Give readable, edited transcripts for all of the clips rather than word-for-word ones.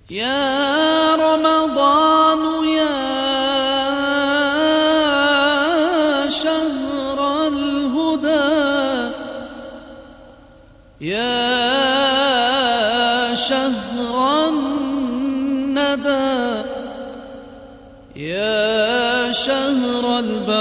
يا رمضان يا شهر الهدى، يا شهر الندى، يا شهر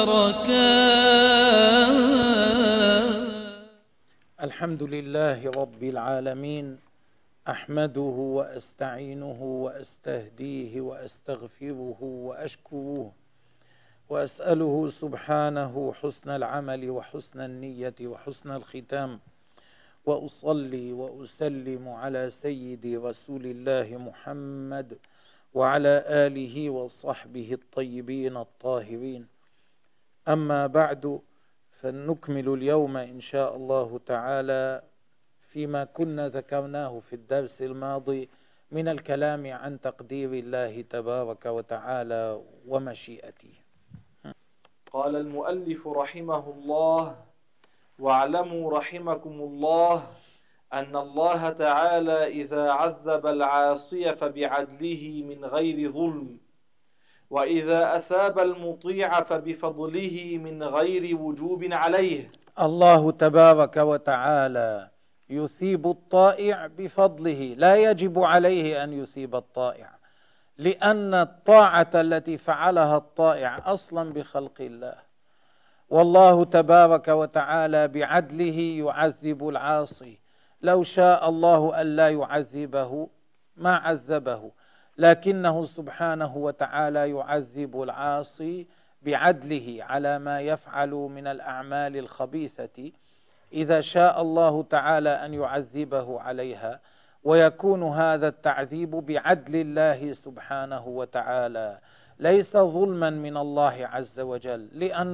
البركات. الحمد لله رب العالمين، أحمده وأستعينه وأستهديه وأستغفره وأشكره وأسأله سبحانه حسن العمل وحسن النية وحسن الختام، وأصلي وأسلم على سيدي رسول الله محمد وعلى آله وصحبه الطيبين الطاهرين. أما بعد، فنكمل اليوم إن شاء الله تعالى فيما كنا ذكرناه في الدرس الماضي من الكلام عن تقدير الله تبارك وتعالى ومشيئته. قال المؤلف رحمه الله: واعلموا رحمكم الله أن الله تعالى إذا عذب العاصي فبعدله من غير ظلم، وإذا أثاب المطيع فبفضله من غير وجوب عليه. الله تبارك وتعالى يثيب الطائع بفضله، لا يجب عليه أن يثيب الطائع، لأن الطاعة التي فعلها الطائع أصلا بخلق الله، والله تبارك وتعالى بعدله يعذب العاصي. لو شاء الله ألا يعذبه ما عذبه، لكنه سبحانه وتعالى يعذب العاصي بعدله على ما يفعل من الأعمال الخبيثة، إذا شاء الله تعالى أن يعذبه عليها، ويكون هذا التعذيب بعدل الله سبحانه وتعالى، ليس ظلما من الله عز وجل، لأن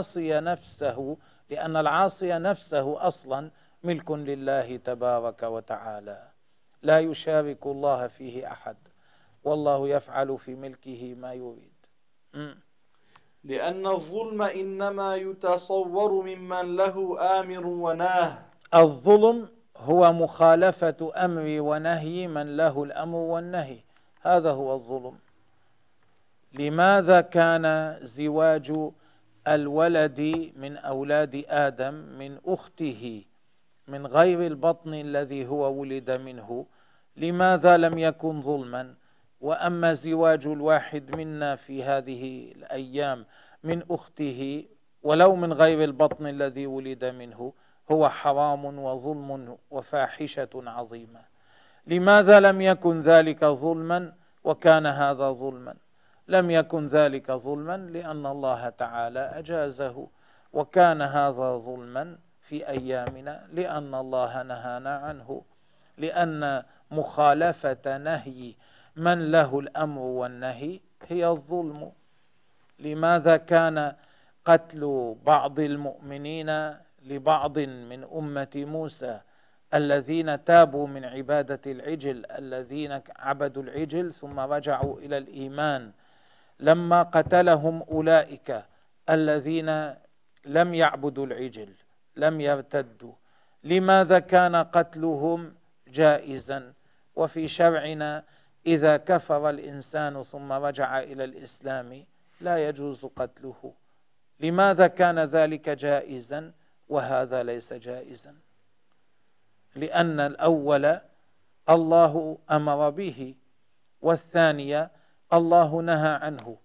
العاصي نفسه أصلا ملك لله تبارك وتعالى، لا يشارك الله فيه أحد، والله يفعل في ملكه ما يريد. لأن الظلم إنما يتصور ممن له آمر وناه. الظلم هو مخالفة أمر ونهي من له الأمر والنهي، هذا هو الظلم. لماذا كان زواج الولد من أولاد آدم من أخته من غير البطن الذي هو ولد منه، لماذا لم يكن ظلما؟ وأما زواج الواحد منا في هذه الأيام من أخته ولو من غير البطن الذي ولد منه هو حرام وظلم وفاحشة عظيمة. لماذا لم يكن ذلك ظلما وكان هذا ظلما؟ لم يكن ذلك ظلما لأن الله تعالى أجازه، وكان هذا ظلما في أيامنا لأن الله نهانا عنه، لأن مخالفة نهي من له الأمر والنهي هي الظلم. لماذا كان قتل بعض المؤمنين لبعض من أمة موسى الذين تابوا من عبادة العجل، الذين عبدوا العجل ثم رجعوا إلى الإيمان، لما قتلهم أولئك الذين لم يعبدوا العجل لم يرتدوا، لماذا كان قتلهم جائزا؟ وفي شرعنا إذا كفر الإنسان ثم رجع إلى الإسلام لا يجوز قتله. لماذا كان ذلك جائزا وهذا ليس جائزا؟ لأن الأول الله أمر به، والثانية الله نهى عنه،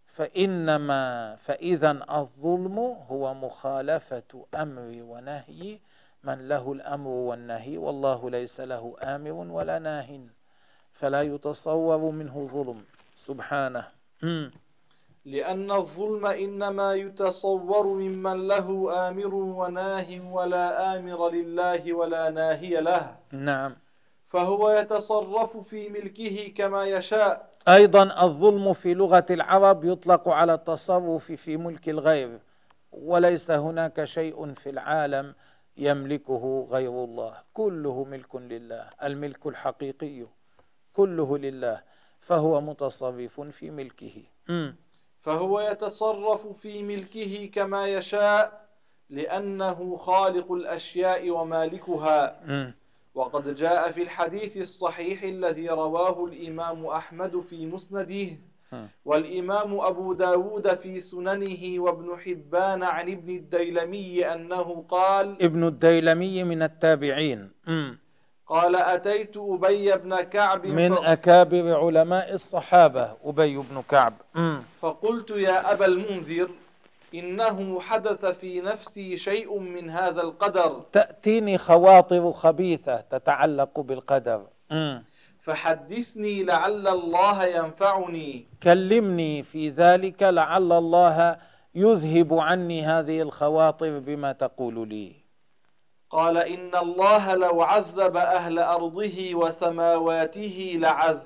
فإذا الظلم هو مخالفة أمر ونهي من له الأمر والنهي، والله ليس له آمر ولا ناه، فلا يتصور منه ظلم سبحانه. لأن الظلم إنما يتصور ممن له آمر وناه ولا آمر لله ولا ناهي له. نعم. فهو يتصرف في ملكه كما يشاء. أيضا الظلم في لغة العرب يطلق على التصرف في ملك الغير، وليس هناك شيء في العالم يملكه غير الله، كله ملك لله، الملك الحقيقي كله لله، فهو متصرف في ملكه. فهو يتصرف في ملكه كما يشاء لأنه خالق الأشياء ومالكها، وقد جاء في الحديث الصحيح الذي رواه الإمام أحمد في مسنده والإمام أبو داود في سننه وابن حبان عن ابن الديلمي أنه قال ابن الديلمي من التابعين، قال أتيت أبي بن كعب من أكابر علماء الصحابة أبي بن كعب، فقلت يا أبا المنذر إنه حدث في نفسي شيء من هذا القدر، تأتيني خواطر خبيثة تتعلق بالقدر، فحدثني لعل الله ينفعني، كلمني في ذلك لعل الله يذهب عني هذه الخواطر بما تقول لي. قال إن الله لو عذب أهل أرضه وسماواته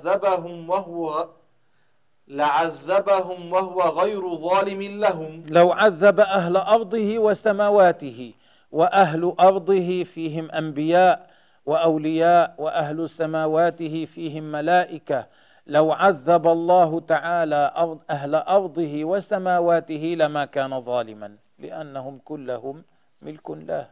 لعذبهم وهو غير ظالم لهم. لو عذب أهل أرضه وسماواته، وأهل أرضه فيهم أنبياء وأولياء، وأهل سماواته فيهم ملائكة، لو عذب الله تعالى أهل أرضه وسماواته لما كان ظالما، لأنهم كلهم ملك له.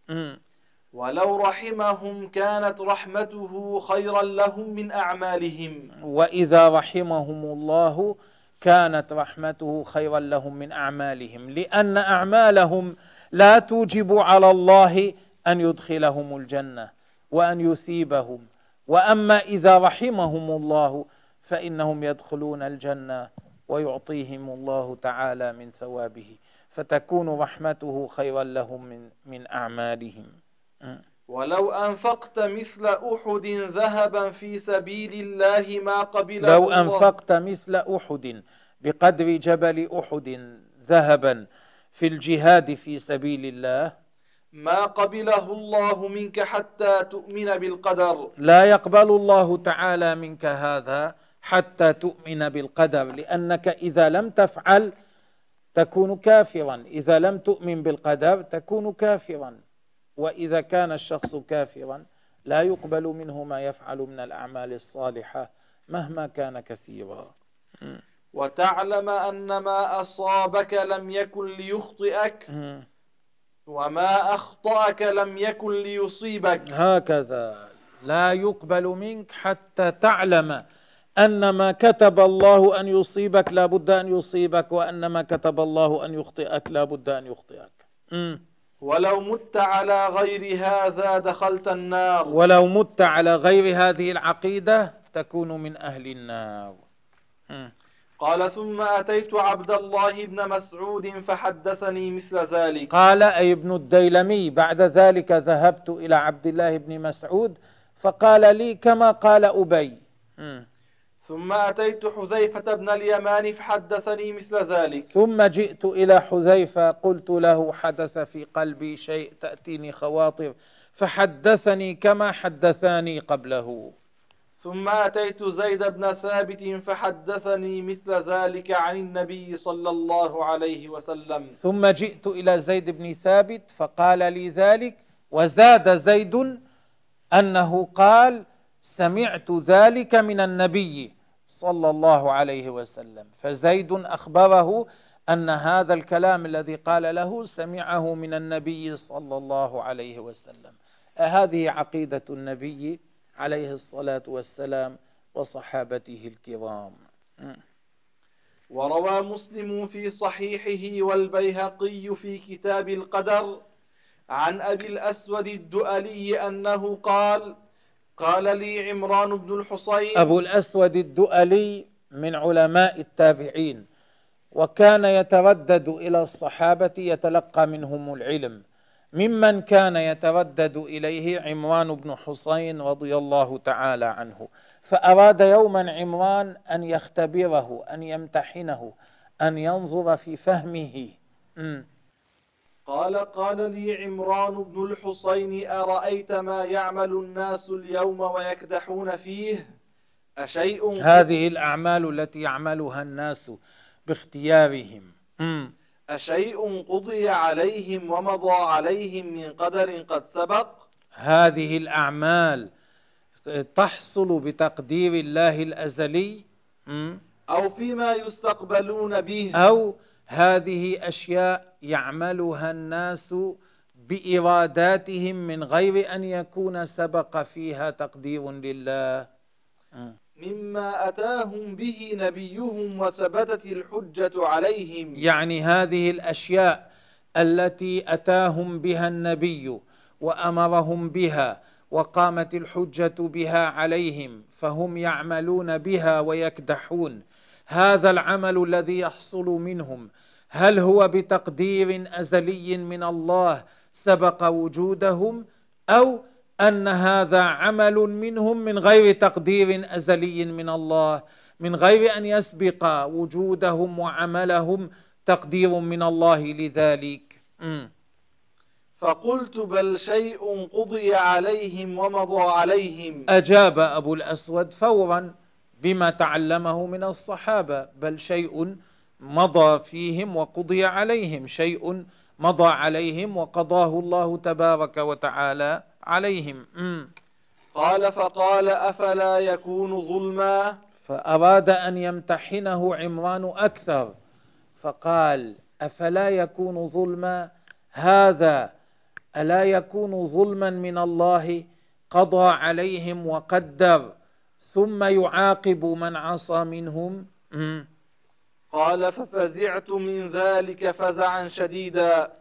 ولو رحمهم كانت رحمته خيرا لهم من أعمالهم. وإذا رحمهم الله كانت رحمته خيرا لهم من أعمالهم، لأن أعمالهم لا توجب على الله أن يدخلهم الجنة وأن يثيبهم، وأما إذا رحمهم الله فإنهم يدخلون الجنة ويعطيهم الله تعالى من ثوابه، فتكون رحمته خيرا لهم من أعمالهم. ولو أنفقت مثل أحد ذهبا في سبيل الله ما قبله لو الله. أنفقت مثل أحد بقدر جبل أحد ذهبا في الجهاد في سبيل الله ما قبله الله منك حتى تؤمن بالقدر. لا يقبل الله تعالى منك هذا حتى تؤمن بالقدر، لأنك إذا لم تفعل تكون كافرا، إذا لم تؤمن بالقدر تكون كافرا، وإذا كان الشخص كافرا لا يقبل منه ما يفعل من الأعمال الصالحة مهما كان كثيرا. وتعلم أن ما أصابك لم يكن ليخطئك وما أخطأك لم يكن ليصيبك. هكذا لا يقبل منك حتى تعلم أن ما كتب الله أن يصيبك لا بد أن يصيبك، وأن ما كتب الله أن يخطئك لا بد أن يخطئك. ولو مت على غير هذا دخلت النار. ولو مت على غير هذه العقيدة تكون من أهل النار. قال ثم أتيت عبد الله بن مسعود فحدثني مثل ذلك. قال أي ابن الديلمي بعد ذلك ذهبت إلى عبد الله بن مسعود فقال لي كما قال أبي. ثم أتيت حذيفة بن اليمان فحدثني مثل ذلك. ثم جئت إلى حذيفة قلت له حدث في قلبي شيء تأتيني خواطر، فحدثني كما حدثاني قبله. ثم أتيت زيد بن ثابت فحدثني مثل ذلك عن النبي صلى الله عليه وسلم. ثم جئت إلى زيد بن ثابت فقال لي ذلك، وزاد زيد أنه قال سمعت ذلك من النبي صلى الله عليه وسلم، فزيد أخبره أن هذا الكلام الذي قال له سمعه من النبي صلى الله عليه وسلم. هذه عقيدة النبي عليه الصلاة والسلام وصحابته الكرام. وروى مسلم في صحيحه والبيهقي في كتاب القدر عن أبي الأسود الدؤلي أنه قال لي عمران بن الحصين. أبو الأسود الدؤلي من علماء التابعين، وكان يتردد إلى الصحابة يتلقى منهم العلم. ممن كان يتردد إليه عمران بن حصين رضي الله تعالى عنه، فأراد يوما عمران أن يختبره، أن يمتحنه، أن ينظر في فهمه. قال لي عمران بن الحصين أرأيت ما يعمل الناس اليوم ويكدحون فيه أشيء هذه الأعمال التي يعملها الناس باختيارهم أشيء قضي عليهم ومضى عليهم من قدر قد سبق. هذه الأعمال تحصل بتقدير الله الأزلي أو فيما يستقبلون به، أو هذه أشياء يعملها الناس بإراداتهم من غير أن يكون سبق فيها تقدير لله. مما أتاهم به نبيهم وثبتت الحجة عليهم. يعني هذه الأشياء التي أتاهم بها النبي وأمرهم بها وقامت الحجة بها عليهم فهم يعملون بها ويكدحون، هذا العمل الذي يحصل منهم هل هو بتقدير أزلي من الله سبق وجودهم، أو أن هذا عمل منهم من غير تقدير أزلي من الله، من غير أن يسبق وجودهم وعملهم تقدير من الله لذلك؟ فقلت بل شيء قضي عليهم ومضى عليهم. أجاب أبو الأسود فورا بما تعلمه من الصحابة: بل شيء مضى فيهم وقضي عليهم، شيء مضى عليهم وقضاه الله تبارك وتعالى عليهم. قال فقال أفلا يكون ظلما؟ فأراد أن يمتحنه عمران أكثر فقال: أفلا يكون ظلما؟ هذا ألا يكون ظلما من الله قضى عليهم وقدر ثم يعاقب من عصى منهم؟ قال ففزعت من ذلك فزعا شديدا.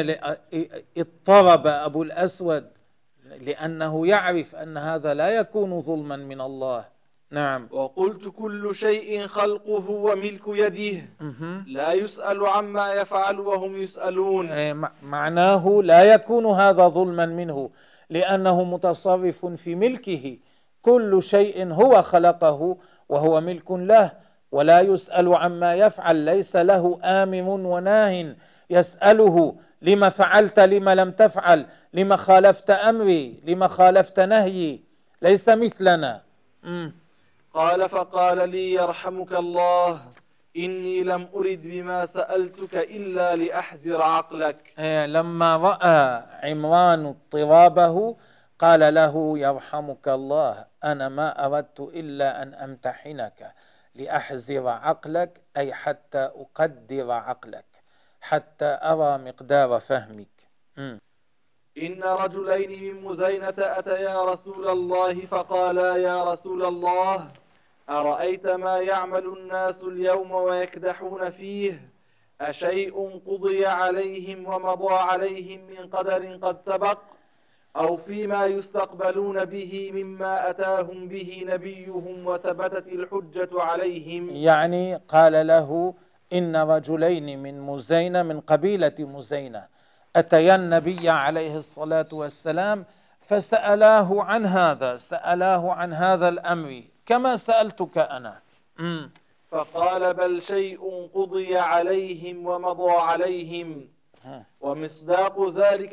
اضطرب أبو الأسود لأنه يعرف أن هذا لا يكون ظلما من الله. نعم. وقلت كل شيء خلقه وملك يده لا يسأل عما يفعل وهم يسألون. معناه لا يكون هذا ظلما منه لأنه متصرف في ملكه، كل شيء هو خلقه وهو ملك له ولا يسأل عما يفعل، ليس له آمر وناه يسأله لما فعلت لما لم تفعل، لما خالفت أمري، لما خالفت نهيي، ليس مثلنا. قال فقال لي يرحمك الله إني لم أرد بما سألتك إلا لأحزر عقلك. لما رأى عمران اضطرابه قال له يرحمك الله أنا ما أردت إلا أن أمتحنك لأحزر عقلك، أي حتى أقدر عقلك، حتى أرى مقدار فهمك. إن رجلين من مزينة أتيا رسول الله فقالا يا رسول الله أرأيت ما يعمل الناس اليوم ويكدحون فيه، أشيء قضي عليهم ومضى عليهم من قدر قد سبق، أو فيما يستقبلون به مما أتاهم به نبيهم وثبتت الحجة عليهم؟ يعني قال له إن رجلين من مزينة من قبيلة مزينة أتيا النبي عليه الصلاة والسلام فسألاه عن هذا، سألاه عن هذا الأمر كما سألتك أنا. فقال بل شيء قضي عليهم ومضى عليهم، ومصداق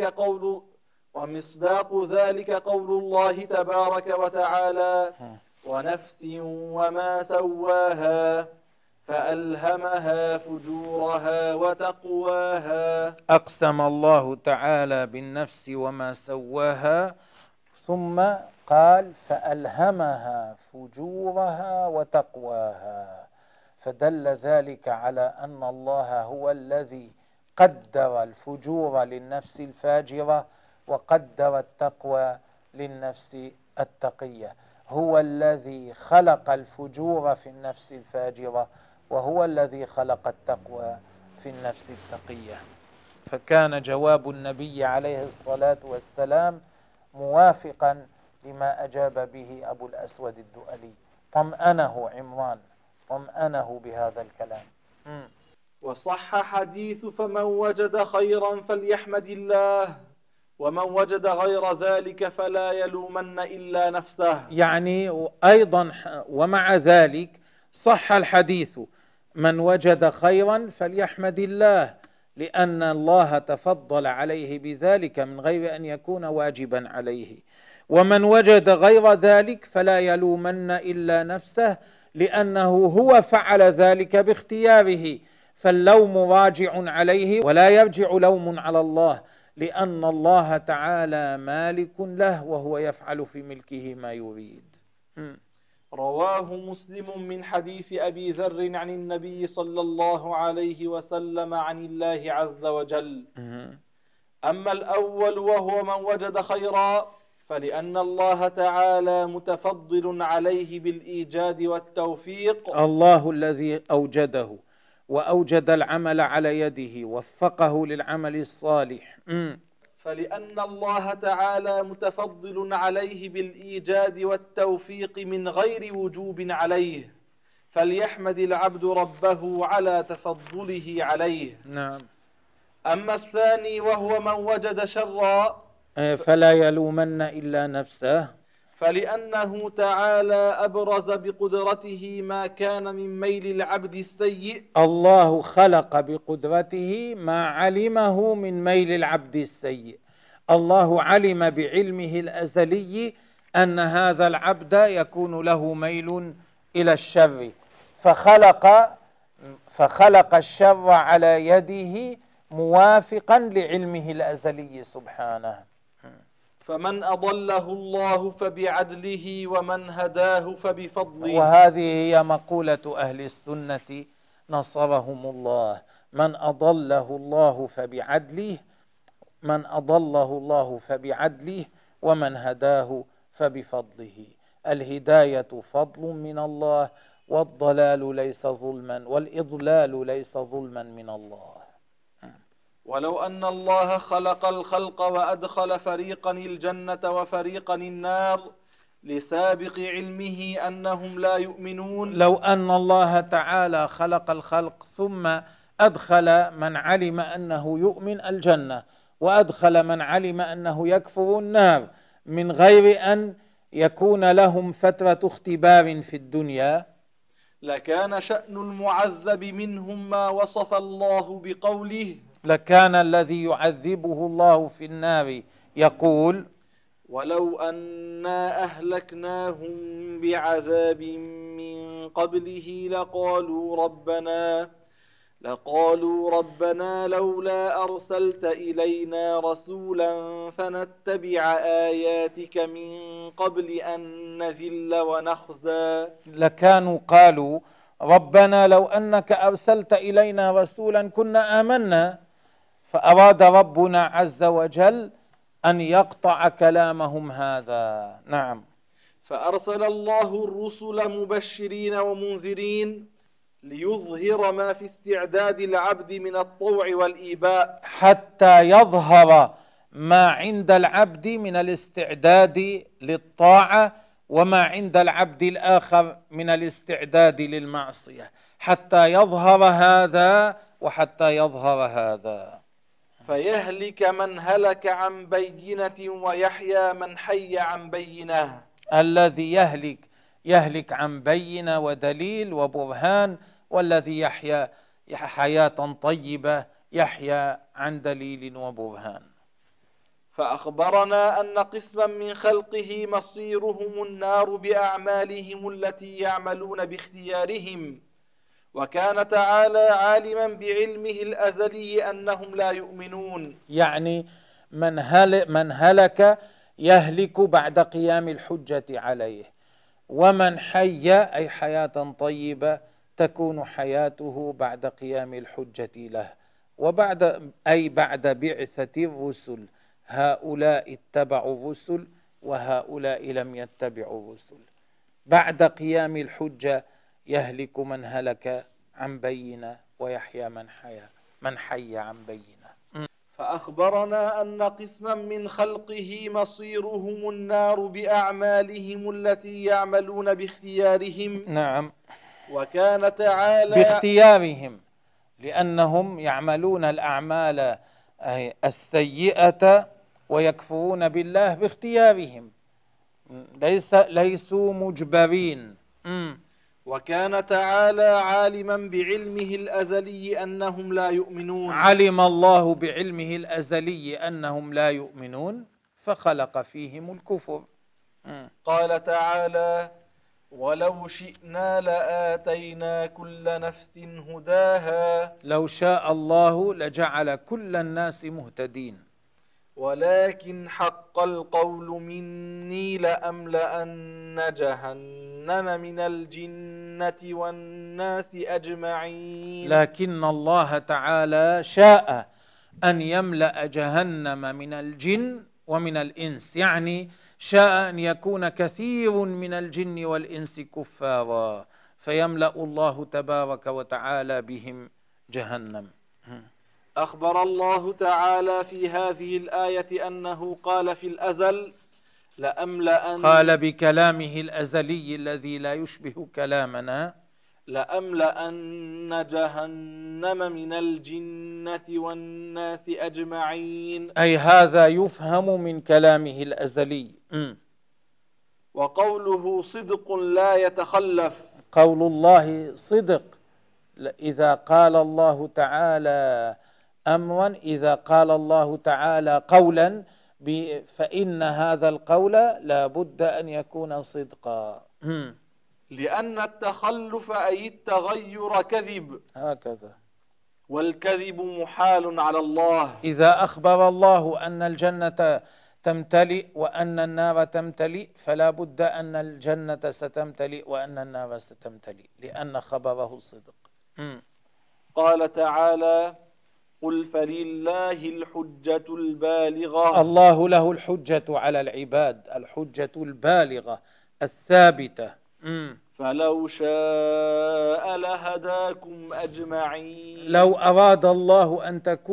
ذلك قول الله تبارك وتعالى ونفس وما سواها فألهمها فجورها وتقواها. أقسم الله تعالى بالنفس وما سواها ثم قال فألهمها فجورها وتقواها، فدل ذلك على أن الله هو الذي قدر الفجور للنفس الفاجرة وقدر التقوى للنفس التقية، هو الذي خلق الفجور في النفس الفاجرة وهو الذي خلق التقوى في النفس التقية. فكان جواب النبي عليه الصلاة والسلام موافقا لما أجاب به أبو الأسود الدؤلي، طمأنه عمران، طمأنه بهذا الكلام. وصح حديث فمن وجد خيرا فليحمد الله ومن وجد غير ذلك فلا يلومن إلا نفسه. يعني أيضا ومع ذلك صح الحديث من وجد خيرا فليحمد الله، لأن الله تفضل عليه بذلك من غير أن يكون واجبا عليه، ومن وجد غير ذلك فلا يلومن إلا نفسه لأنه هو فعل ذلك باختياره، فاللوم راجع عليه ولا يرجع لوم على الله، لأن الله تعالى مالك له وهو يفعل في ملكه ما يريد. رواه مسلم من حديث أبي ذر عن النبي صلى الله عليه وسلم عن الله عز وجل أما الأول وهو من وجد خيرا فلأن الله تعالى متفضل عليه بالإيجاد والتوفيق. الله الذي أوجده وأوجد العمل على يده وفقه للعمل الصالح. فلأن الله تعالى متفضل عليه بالإيجاد والتوفيق من غير وجوب عليه، فليحمد العبد ربه على تفضله عليه. نعم. أما الثاني وهو من وجد شرا فلا يلومن إلا نفسه، فلأنه تعالى أبرز بقدرته ما كان من ميل العبد السيء. الله خلق بقدرته ما علمه من ميل العبد السيء. الله علم بعلمه الأزلي أن هذا العبد يكون له ميل إلى الشر، فخلق الشر على يده موافقا لعلمه الأزلي سبحانه. فمن أضله الله فبعدله ومن هداه فبفضله. وهذه هي مقولة أهل السنة نصرهم الله: من أضله الله فبعدله، من أضله الله فبعدله ومن هداه فبفضله. الهداية فضل من الله، والضلال ليس ظلما، والإضلال ليس ظلما من الله. ولو أن الله خلق الخلق وأدخل فريقا الجنة وفريقا النار لسابق علمه أنهم لا يؤمنون. لو أن الله تعالى خلق الخلق ثم أدخل من علم أنه يؤمن الجنة وأدخل من علم أنه يكفر النار من غير أن يكون لهم فترة اختبار في الدنيا، لكان شأن المعذب منهم ما وصف الله بقوله: لكان الذي يعذبه الله في النار يقول: ولو أنا أهلكناهم بعذاب من قبله لقالوا ربنا لولا أرسلت إلينا رسولا فنتبع آياتك من قبل أن نذل ونخزى. لكانوا قالوا: ربنا لو أنك أرسلت إلينا رسولا كنا آمنا. فأراد ربنا عز وجل أن يقطع كلامهم هذا. نعم. فأرسل الله الرسل مبشرين ومنذرين ليظهر ما في استعداد العبد من الطوع والإيباء، حتى يظهر ما عند العبد من الاستعداد للطاعة وما عند العبد الآخر من الاستعداد للمعصية، حتى يظهر هذا وحتى يظهر هذا. فيهلك من هلك عن بينة ويحيى من حي عن بينة. الذي يهلك عن بينة ودليل وبرهان، والذي يحيا حياة طيبة يحيا عن دليل وبرهان. فأخبرنا أن قسما من خلقه مصيرهم النار بأعمالهم التي يعملون باختيارهم، وكان تعالى عالما بعلمه الأزلي أنهم لا يؤمنون. يعني من هلك يهلك بعد قيام الحجة عليه، ومن حي أي حياة طيبة تكون حياته بعد قيام الحجة له، بعد بعثة الرسل. هؤلاء اتبعوا الرسل وهؤلاء لم يتبعوا الرسل. بعد قيام الحجة يهلك من هلك عن بينة ويحيى من حي عن بينة. فأخبرنا أن قسما من خلقه مصيرهم النار بأعمالهم التي يعملون باختيارهم. نعم. وكان تعالى باختيارهم، لأنهم يعملون الأعمال السيئة ويكفرون بالله باختيارهم، ليسوا مجبرين. وكان تعالى عالما بعلمه الأزلي أنهم لا يؤمنون. علم الله بعلمه الأزلي أنهم لا يؤمنون فخلق فيهم الكفر. قال تعالى: ولو شئنا لآتينا كل نفس هداها. لو شاء الله لجعل كل الناس مهتدين، ولكن حق القول مني لأملأن جهنم من الجنة والناس أجمعين. لكن الله تعالى شاء أن يملأ جهنم من الجن ومن الإنس، يعني شاء أن يكون كثير من الجن والإنس كفارا فيملأ الله تبارك وتعالى بهم جهنم. أخبر الله تعالى في هذه الآية أنه قال في الأزل لأملأن، قال بكلامه الأزلي الذي لا يشبه كلامنا: لأملأن جهنم من الجنة والناس أجمعين. أي هذا يفهم من كلامه الأزلي. وقوله صدق لا يتخلف، قول الله صدق. إذا قال الله تعالى أمرا، إذا قال الله تعالى قولا فإن هذا القول لا بد أن يكون صدقا. لأن التخلف أي التغير كذب، هكذا. والكذب محال على الله. إذا أخبر الله أن الجنة تمتلئ وأن النار تمتلئ فلا بد أن الجنة ستمتلئ وأن النار ستمتلئ، لأن خبره صدق. قال تعالى: قل فلله الحجة البالغة. الله له الحجة على العباد، الحجة البالغة الثابتة. فلو شاء لهداكم أجمعين. لو أراد الله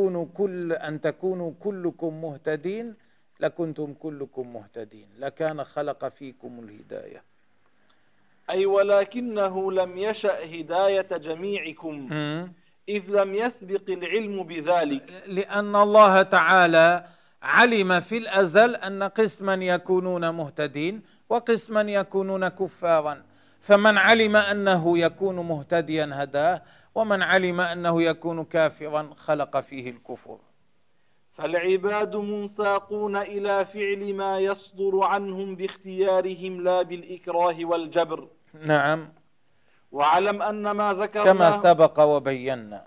أن تكونوا كلكم مهتدين لكنتم كلكم مهتدين، لكان خلق فيكم الهداية. أي ولكنه لم يشأ هداية جميعكم، إذ لم يسبق العلم بذلك. لأن الله تعالى علم في الأزل أن قسما يكونون مهتدين وقسما يكونون كفارا، فمن علم أنه يكون مهتديا هداه، ومن علم أنه يكون كافرا خلق فيه الكفر. فالعباد منساقون إلى فعل ما يصدر عنهم باختيارهم لا بالإكراه والجبر. نعم. واعلم أن ما ذكرناه كما سبق وبينا.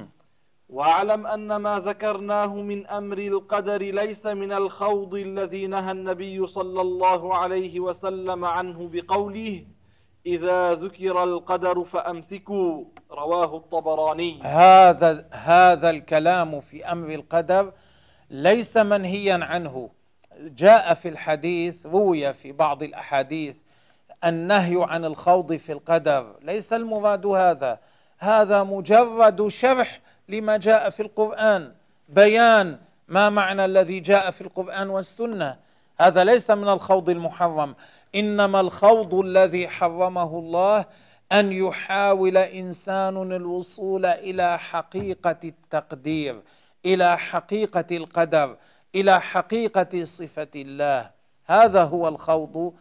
واعلم أن ما ذكرناه من أمر القدر ليس من الخوض الذي نهى النبي صلى الله عليه وسلم عنه بقوله: إذا ذكر القدر فأمسكوا، رواه الطبراني. هذا الكلام في أمر القدر ليس منهيا عنه. جاء في الحديث، روي في بعض الأحاديث النهي عن الخوض في القدر، ليس المراد هذا مجرد شرح لما جاء في القرآن، بيان ما معنى الذي جاء في القرآن والسنة. هذا ليس من الخوض المحرم، إنما الخوض الذي حرمه الله أن يحاول إنسان الوصول إلى حقيقة التقدير، إلى حقيقة القدر، إلى حقيقة صفة الله. هذا هو الخوض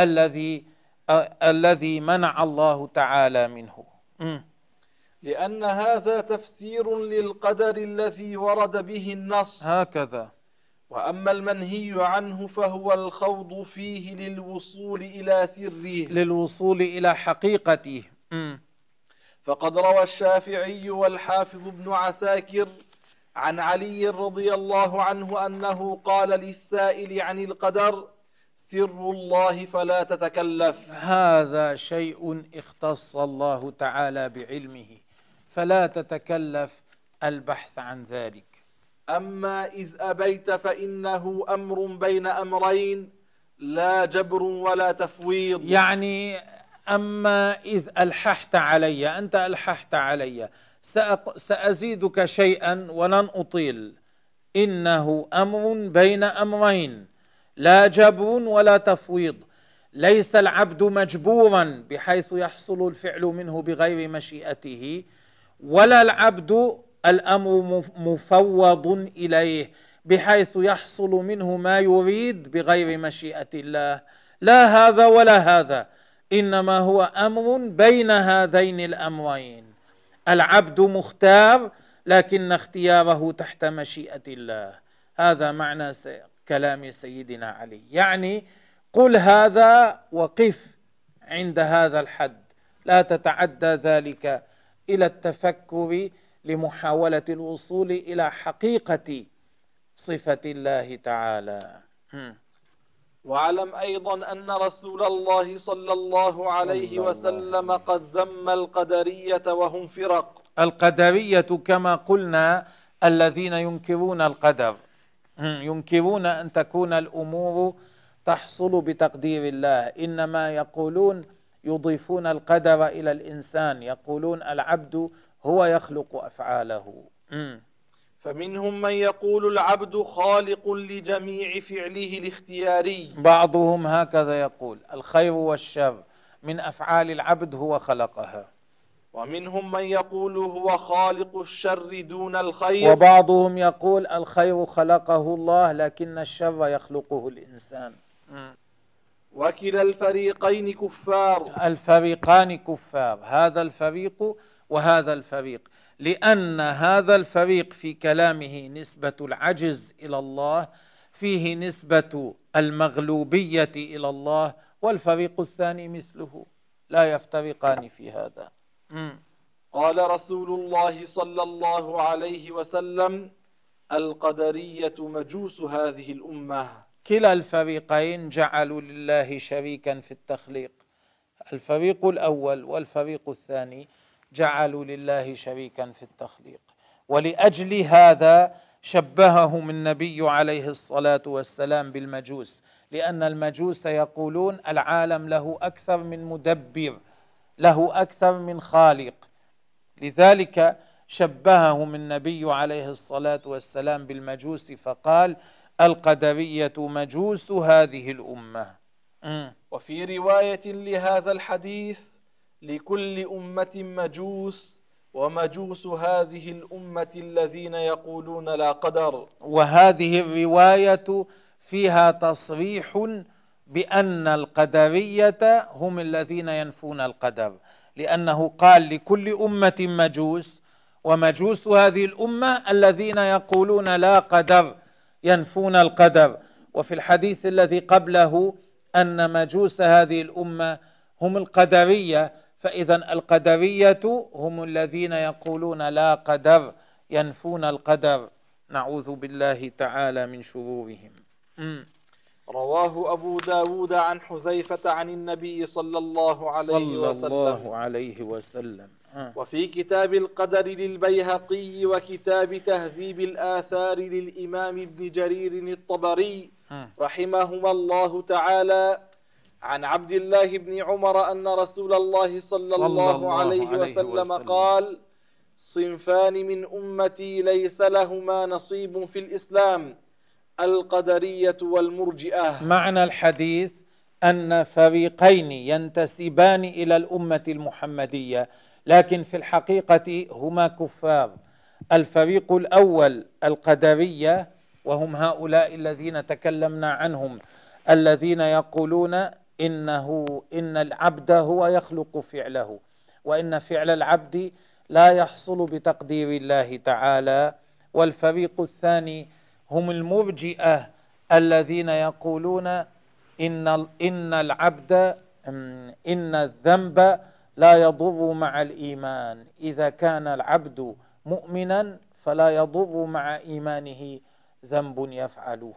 الذي منع الله تعالى منه. لأن هذا تفسير للقدر الذي ورد به النص. هكذا. وأما المنهي عنه فهو الخوض فيه للوصول إلى سره، للوصول إلى حقيقته. فقد روى الشافعي والحافظ ابن عساكر عن علي رضي الله عنه أنه قال للسائل عن القدر: سر الله فلا تتكلف. هذا شيء اختص الله تعالى بعلمه، فلا تتكلف البحث عن ذلك. أما إذ أبيت فإنه أمر بين أمرين لا جبر ولا تفويض. يعني أما إذ ألححت علي، أنت ألححت علي، سأزيدك شيئا ولن أطيل. إنه أمر بين أمرين لا جبر ولا تفويض. ليس العبد مجبورا بحيث يحصل الفعل منه بغير مشيئته، ولا العبد الأمر مفوض إليه بحيث يحصل منه ما يريد بغير مشيئة الله. لا هذا ولا هذا، إنما هو أمر بين هذين الأمرين. العبد مختار لكن اختياره تحت مشيئة الله. هذا معنى كلام سيدنا علي، يعني قل هذا وقف عند هذا الحد، لا تتعدى ذلك إلى التفكر لمحاولة الوصول إلى حقيقة صفة الله تعالى. واعلم أيضا أن رسول الله صلى الله عليه وسلم قد ذم القدرية وهم فرق. القدرية كما قلنا الذين ينكرون القدر، ينكرون أن تكون الأمور تحصل بتقدير الله، إنما يقولون يضيفون القدر إلى الإنسان، يقولون العبد هو يخلق أفعاله. فمنهم من يقول العبد خالق لجميع فعله الاختياري، بعضهم هكذا يقول الخير والشر من أفعال العبد هو خلقها. ومنهم من يقول هو خالق الشر دون الخير، وبعضهم يقول الخير خلقه الله لكن الشر يخلقه الإنسان. وكلا الفريقين كفار، الفريقان كفار، هذا الفريق وهذا الفريق، لأن هذا الفريق في كلامه نسبة العجز إلى الله، فيه نسبة المغلوبية إلى الله، والفريق الثاني مثله، لا يفترقان في هذا. قال رسول الله صلى الله عليه وسلم: القدرية مجوس هذه الأمة. كلا الفريقين جعلوا لله شريكا في التخليق، الفريق الأول والفريق الثاني جعلوا لله شريكا في التخليق، ولأجل هذا شبههم النبي عليه الصلاة والسلام بالمجوس، لأن المجوس يقولون العالم له أكثر من مدبر، له أكثر من خالق، لذلك شبههم النبي عليه الصلاة والسلام بالمجوس فقال القدرية مجوس هذه الأمة. وفي رواية لهذا الحديث: لكل أمة مجوس، ومجوس هذه الأمة الذين يقولون لا قدر. وهذه الرواية فيها تصريح بأن القدرية هم الذين ينفون القدر، لأنه قال لكل أمة مجوس، ومجوس هذه الأمة الذين يقولون لا قدر، ينفون القدر. وفي الحديث الذي قبله أن مجوس هذه الأمة هم القدرية، فإذا القدرية هم الذين يقولون لا قدر، ينفون القدر، نعوذ بالله تعالى من شرورهم. رواه أبو داود عن حذيفة عن النبي صلى الله عليه وسلم. وفي كتاب القدر للبيهقي وكتاب تهذيب الآثار للإمام ابن جرير الطبري رحمهما الله تعالى عن عبد الله بن عمر أن رسول الله صلى الله عليه وسلم قال: صنفان من أمتي ليس لهما نصيب في الإسلام، القدرية والمرجئة. معنى الحديث أن فريقين ينتسبان إلى الأمة المحمدية، لكن في الحقيقة هما كفار. الفريق الأول القدرية، وهم هؤلاء الذين تكلمنا عنهم، الذين يقولون إن العبد هو يخلق فعله، وإن فعل العبد لا يحصل بتقدير الله تعالى. والفريق الثاني هم المرجئة الذين يقولون إن الذنب لا يضر مع الإيمان، إذا كان العبد مؤمنا فلا يضر مع إيمانه ذنب يفعله.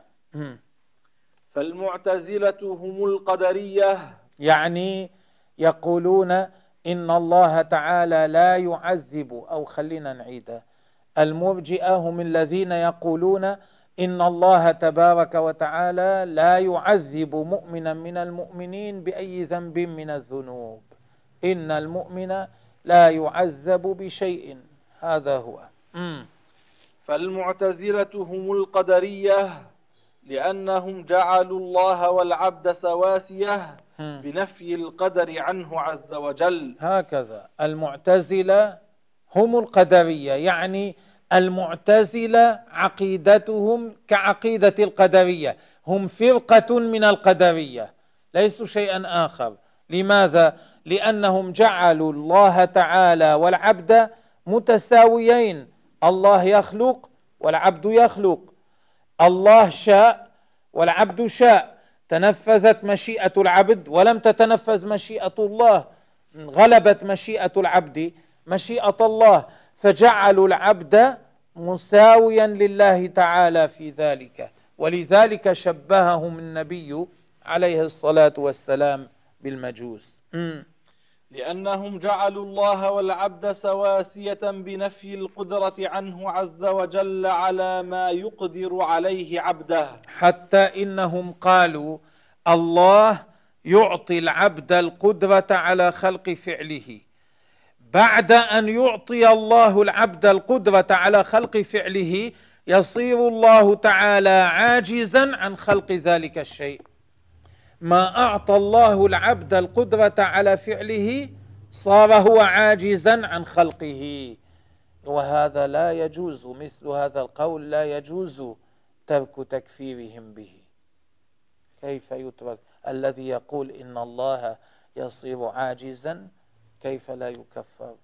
فالمعتزلة هم القدرية، يعني يقولون إن الله تعالى لا يعذب، أو خلينا نعيدها، المرجئة هم الذين يقولون إن الله تبارك وتعالى لا يعذب مؤمنا من المؤمنين بأي ذنب من الذنوب، إن المؤمن لا يعذب بشيء، هذا هو. فالمعتزلة هم القدرية لأنهم جعلوا الله والعبد سواسية بنفي القدر عنه عز وجل. هكذا المعتزلة هم القدرية، يعني المعتزلة عقيدتهم كعقيدة القدرية، هم فرقة من القدرية، ليسوا شيئا آخر. لماذا؟ لأنهم جعلوا الله تعالى والعبد متساويين، الله يخلق والعبد يخلق، الله شاء والعبد شاء، تنفذت مشيئة العبد ولم تتنفذ مشيئة الله، غلبت مشيئة العبد مشيئة الله، فجعلوا العبد مساويا لله تعالى في ذلك، ولذلك شبههم النبي عليه الصلاة والسلام بالمجوس. لأنهم جعلوا الله والعبد سواسية بنفي القدرة عنه عز وجل على ما يقدر عليه عبده، حتى إنهم قالوا الله يعطي العبد القدرة على خلق فعله، بعد أن يعطي الله العبد القدرة على خلق فعله يصير الله تعالى عاجزا عن خلق ذلك الشيء. ما أعطى الله العبد القدرة على فعله صار هو عاجزا عن خلقه، وهذا لا يجوز، مثل هذا القول لا يجوز ترك تكفيرهم به. كيف يترك الذي يقول إن الله يصير عاجزا؟ كيف لا يكفر؟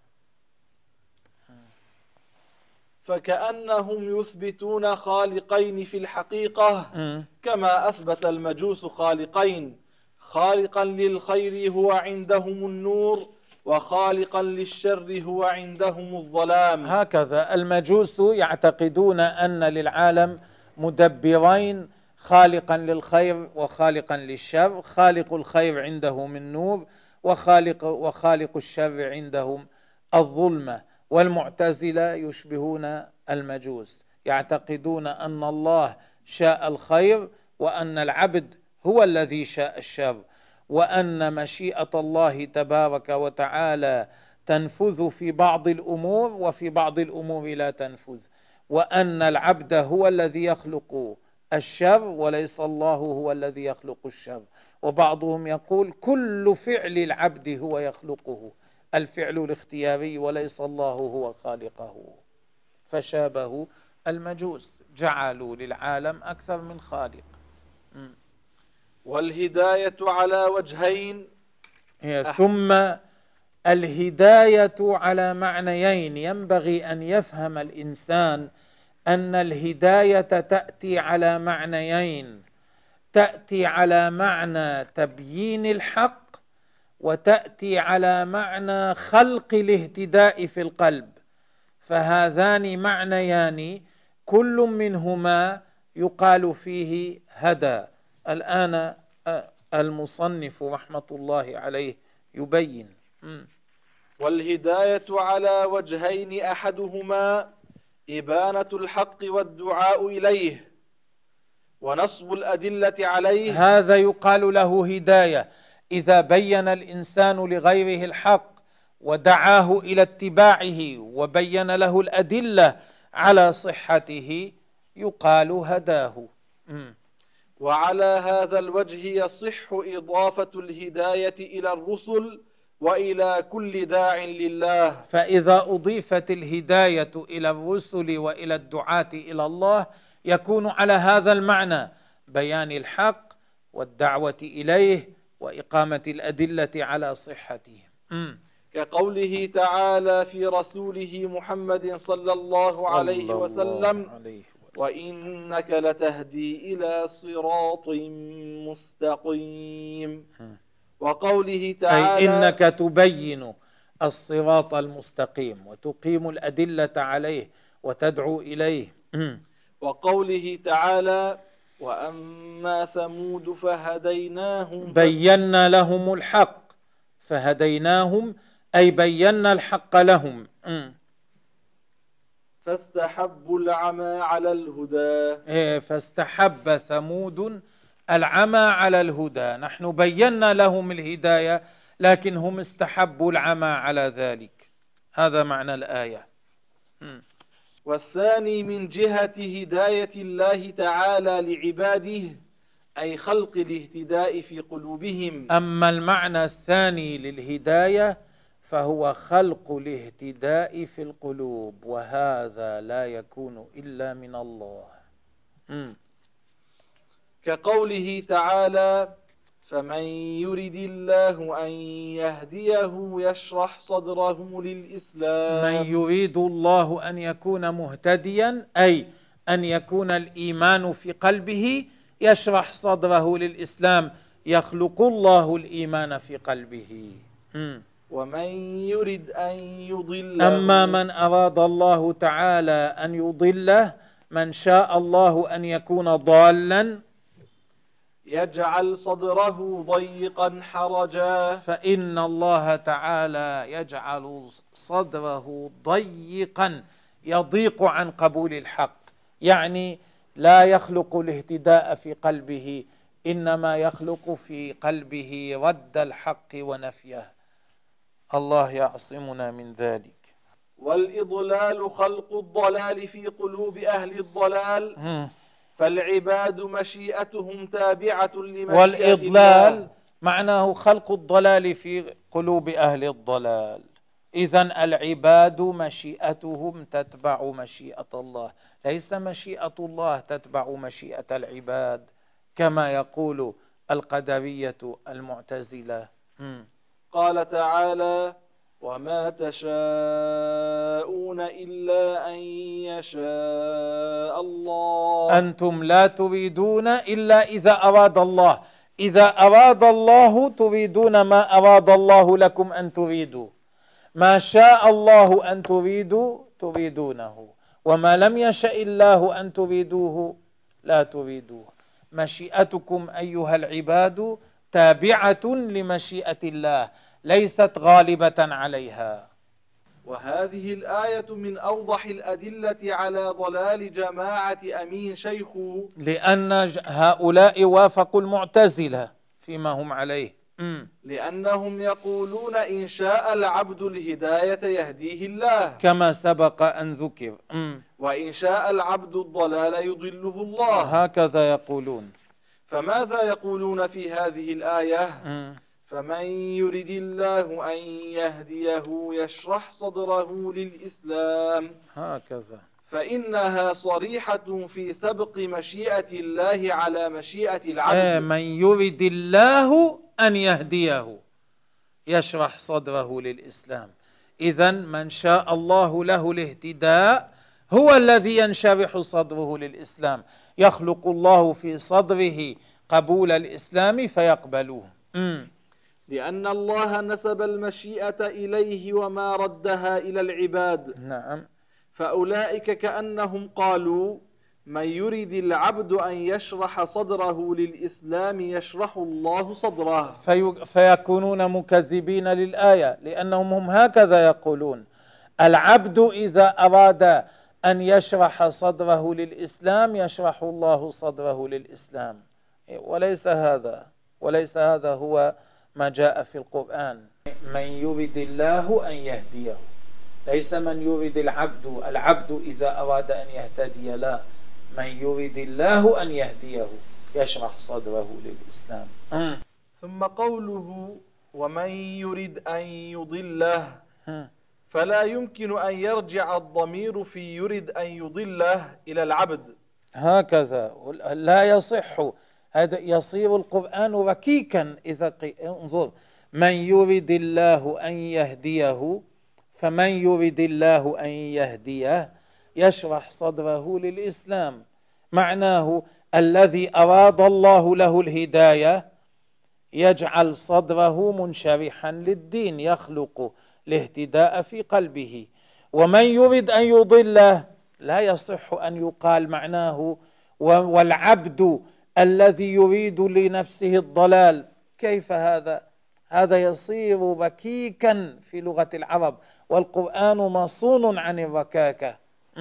فكأنهم يثبتون خالقين في الحقيقة كما أثبت المجوس خالقين، خالقا للخير هو عندهم النور، وخالقا للشر هو عندهم الظلام. هكذا المجوس يعتقدون أن للعالم مدبرين، خالقا للخير وخالقا للشر، خالق الخير عندهم النور وخالق الشر عندهم الظلمة. والمعتزلة يشبهون المجوس، يعتقدون أن الله شاء الخير وأن العبد هو الذي شاء الشر، وأن مشيئة الله تبارك وتعالى تنفذ في بعض الأمور وفي بعض الأمور لا تنفذ، وأن العبد هو الذي يخلق الشر وليس الله هو الذي يخلق الشر. وبعضهم يقول كل فعل العبد هو يخلقه، الفعل الاختياري، وليس الله هو خالقه. فشابهوا المجوس، جعلوا للعالم أكثر من خالق. والهداية على وجهين، ثم الهداية على معنيين. ينبغي أن يفهم الإنسان أن الهداية تأتي على معنيين، تأتي على معنى تبيين الحق، وتأتي على معنى خلق الاهتداء في القلب، فهذان معنيان كل منهما يقال فيه هدى. الآن المصنف رحمة الله عليه يبين. والهداية على وجهين، أحدهما إبانة الحق والدعاء إليه ونصب الأدلة عليه، هذا يقال له هداية. إذا بين الإنسان لغيره الحق ودعاه إلى اتباعه وبين له الأدلة على صحته يقال هداه. وعلى هذا الوجه يصح إضافة الهداية إلى الرسل وإلى كل داع لله. فإذا أضيفت الهداية إلى الرسل وإلى الدعاة إلى الله يكون على هذا المعنى، بيان الحق والدعوة إليه وإقامة الأدلة على صحته. كقوله تعالى في رسوله محمد صلى الله عليه وسلم: وإنك لتهدي إلى صراط مستقيم. وقوله تعالى: أي إنك تبين الصراط المستقيم وتقيم الأدلة عليه وتدعو إليه. وقوله تعالى: وأما ثمود فهديناهم، بينا لهم الحق، فهديناهم أي بينا الحق لهم. فاستحبوا العمى على الهدى. فاستحب ثمود العمى على الهدى. نحن بينا لهم الهداية لكن هم استحبوا العمى على ذلك. هذا معنى الآية. والثاني من جهة هداية الله تعالى لعباده، أي خلق الاهتداء في قلوبهم. أما المعنى الثاني للهداية فهو خلق الاهتداء في القلوب، وهذا لا يكون إلا من الله. كقوله تعالى: فمن يرد الله أن يهديه يشرح صدره للإسلام. من يريد الله أن يكون مهتديا أي أن يكون الإيمان في قلبه يشرح صدره للإسلام، يخلق الله الإيمان في قلبه. ومن يرد أن يضله، أما من أراد الله تعالى أن يضله، من شاء الله أن يكون ضالا، يجعل صدره ضيقا حرجا. فإن الله تعالى يجعل صدره ضيقا يضيق عن قبول الحق، يعني لا يخلق الاهتداء في قلبه، إنما يخلق في قلبه رد الحق ونفيه. الله يعصمنا من ذلك. والإضلال خلق الضلال في قلوب أهل الضلال، فالعباد مشيئتهم تابعة لمشيئة والإضلال الله. معناه خلق الضلال في قلوب أهل الضلال. إذن العباد مشيئتهم تتبع مشيئة الله، ليس مشيئة الله تتبع مشيئة العباد كما يقول القدرية المعتزلة. قال تعالى: وما تشاءون إلا أن يشاء الله. أنتم لا تريدون إلا إذا أراد الله، إذا أراد الله تريدون ما أراد الله لكم أن تريدوا، ما شاء الله أن تريدوا تريدونه، وما لم يشاء الله أن تريدوه لا تريدوه. مشيئتكم أيها العباد تابعة لمشيئة الله، ليست غالبة عليها. وهذه الآية من أوضح الأدلة على ضلال جماعة أمين شيخ، لأن هؤلاء وافقوا المعتزلة فيما هم عليه. لأنهم يقولون إن شاء العبد الهداية يهديه الله كما سبق أن ذكر، وإن شاء العبد الضلال يضله الله، هكذا يقولون. فماذا يقولون في هذه الآية؟ فمن يرد الله أن يهديه يشرح صدره للإسلام، هكذا، فإنها صريحة في سبق مشيئة الله على مشيئة العبد. من يرد الله أن يهديه يشرح صدره للإسلام. إذن من شاء الله له الاهتداء هو الذي ينشرح صدره للإسلام، يخلق الله في صدره قبول الإسلام فيقبلوه. لأن الله نسب المشيئة إليه وما ردها إلى العباد. نعم. فأولئك كأنهم قالوا: من يريد العبد أن يشرح صدره للإسلام يشرح الله صدره، فيكونون مكذبين للآية، لأنهم هم هكذا يقولون: العبد إذا أراد أن يشرح صدره للإسلام يشرح الله صدره للإسلام. وليس هذا هو ما جاء في القرآن. من يريد الله أن يهديه، ليس من يريد العبد إذا أراد أن يهتدي، لا، من يريد الله أن يهديه يشرح صدره للإسلام. ثم قوله: ومن يريد أن يضله، فلا يمكن أن يرجع الضمير في يريد أن يضله إلى العبد، هكذا لا يصح. هذا يصير القرآن ركيكا إذا انظر: من يريد الله أن يهديه، فمن يريد الله أن يهديه يشرح صدره للإسلام، معناه الذي أراد الله له الهداية يجعل صدره منشرحا للدين، يخلق الاهتداء في قلبه. ومن يريد أن يضله لا يصح أن يقال معناه والعبد الذي يريد لنفسه الضلال. كيف هذا؟ هذا يصير ركيكا في لغة العرب، والقرآن مصون عن الركاكة.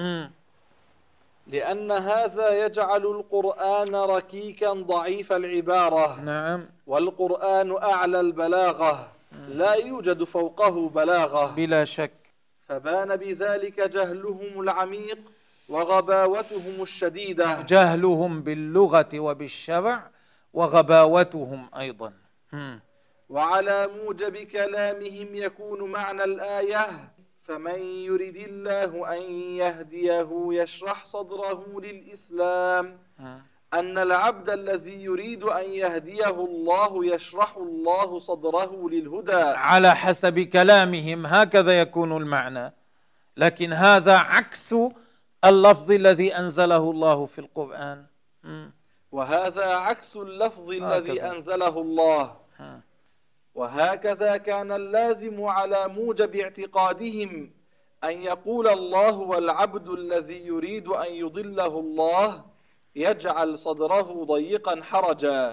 لأن هذا يجعل القرآن ركيكا ضعيف العبارة. نعم. والقرآن أعلى البلاغة، لا يوجد فوقه بلاغة بلا شك. فبان بذلك جهلهم العميق وغباوتهم الشديدة، جهلهم باللغة وبالشرع وغباوتهم أيضا. وعلى موجب كلامهم يكون معنى الآية: فمن يريد الله أن يهديه يشرح صدره للإسلام، أن العبد الذي يريد أن يهديه الله يشرح الله صدره للهدى. على حسب كلامهم هكذا يكون المعنى، لكن هذا عكس اللفظ الذي أنزله الله في القرآن، وهذا عكس اللفظ الذي أنزله الله. وهكذا كان اللازم على موجب اعتقادهم أن يقول الله: والعبد الذي يريد أن يضله الله يجعل صدره ضيقا حرجا.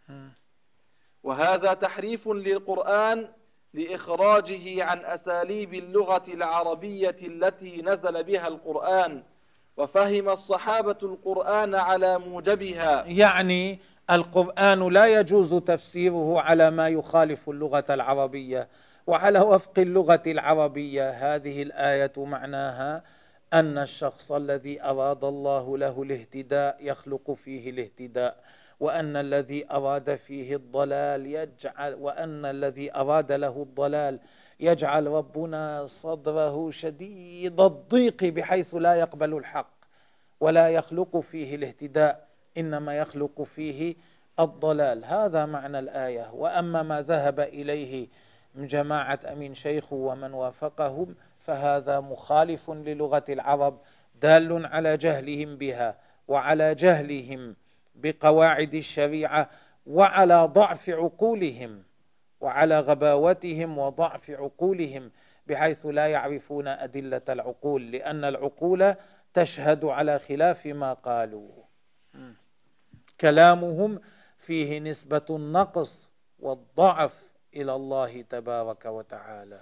وهذا تحريف للقرآن لإخراجه عن أساليب اللغة العربية التي نزل بها القرآن، وفهم الصحابة القرآن على موجبها. يعني القرآن لا يجوز تفسيره على ما يخالف اللغة العربية وعلى وفق اللغة العربية. هذه الآية معناها أن الشخص الذي أراد الله له الاهتداء يخلق فيه الاهتداء، وأن الذي أراد فيه الضلال وأن الذي أراد له الضلال يجعل ربنا صدره شديد الضيق بحيث لا يقبل الحق ولا يخلق فيه الاهتداء، إنما يخلق فيه الضلال. هذا معنى الآية. وأما ما ذهب إليه من جماعة أمين شيخ ومن وافقهم فهذا مخالف للغة العرب، دال على جهلهم بها وعلى جهلهم بقواعد الشريعة وعلى ضعف عقولهم وعلى غباوتهم وضعف عقولهم، بحيث لا يعرفون أدلة العقول، لأن العقول تشهد على خلاف ما قالوا. كلامهم فيه نسبة النقص والضعف إلى الله تبارك وتعالى.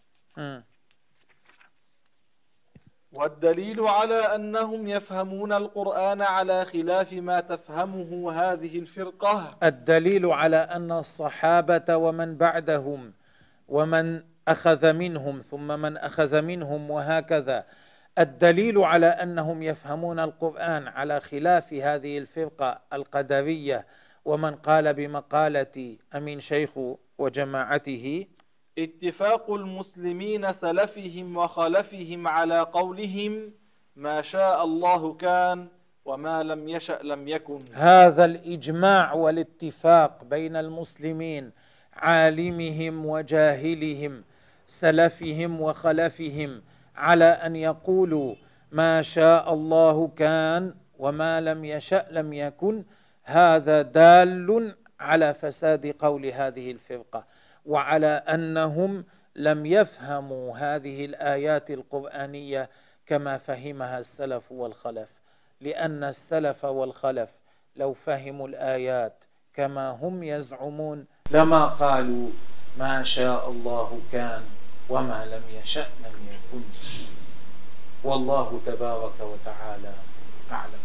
والدليل على أنهم يفهمون القرآن على خلاف ما تفهمه هذه الفرقة، الدليل على أن الصحابة ومن بعدهم ومن أخذ منهم ثم من أخذ منهم وهكذا، الدليل على أنهم يفهمون القرآن على خلاف هذه الفرقة القدرية ومن قال بمقالة أمين شيخ وجماعته اتفاق المسلمين سلفهم وخلفهم على قولهم ما شاء الله كان وما لم يشأ لم يكن. هذا الإجماع والاتفاق بين المسلمين عالمهم وجاهلهم سلفهم وخلفهم على أن يقولوا ما شاء الله كان وما لم يشأ لم يكن، هذا دال على فساد قول هذه الفرقة وعلى أنهم لم يفهموا هذه الآيات القرآنية كما فهمها السلف والخلف، لأن السلف والخلف لو فهموا الآيات كما هم يزعمون لما قالوا ما شاء الله كان وما لم يشأ لم يكن. والله تبارك وتعالى أعلم.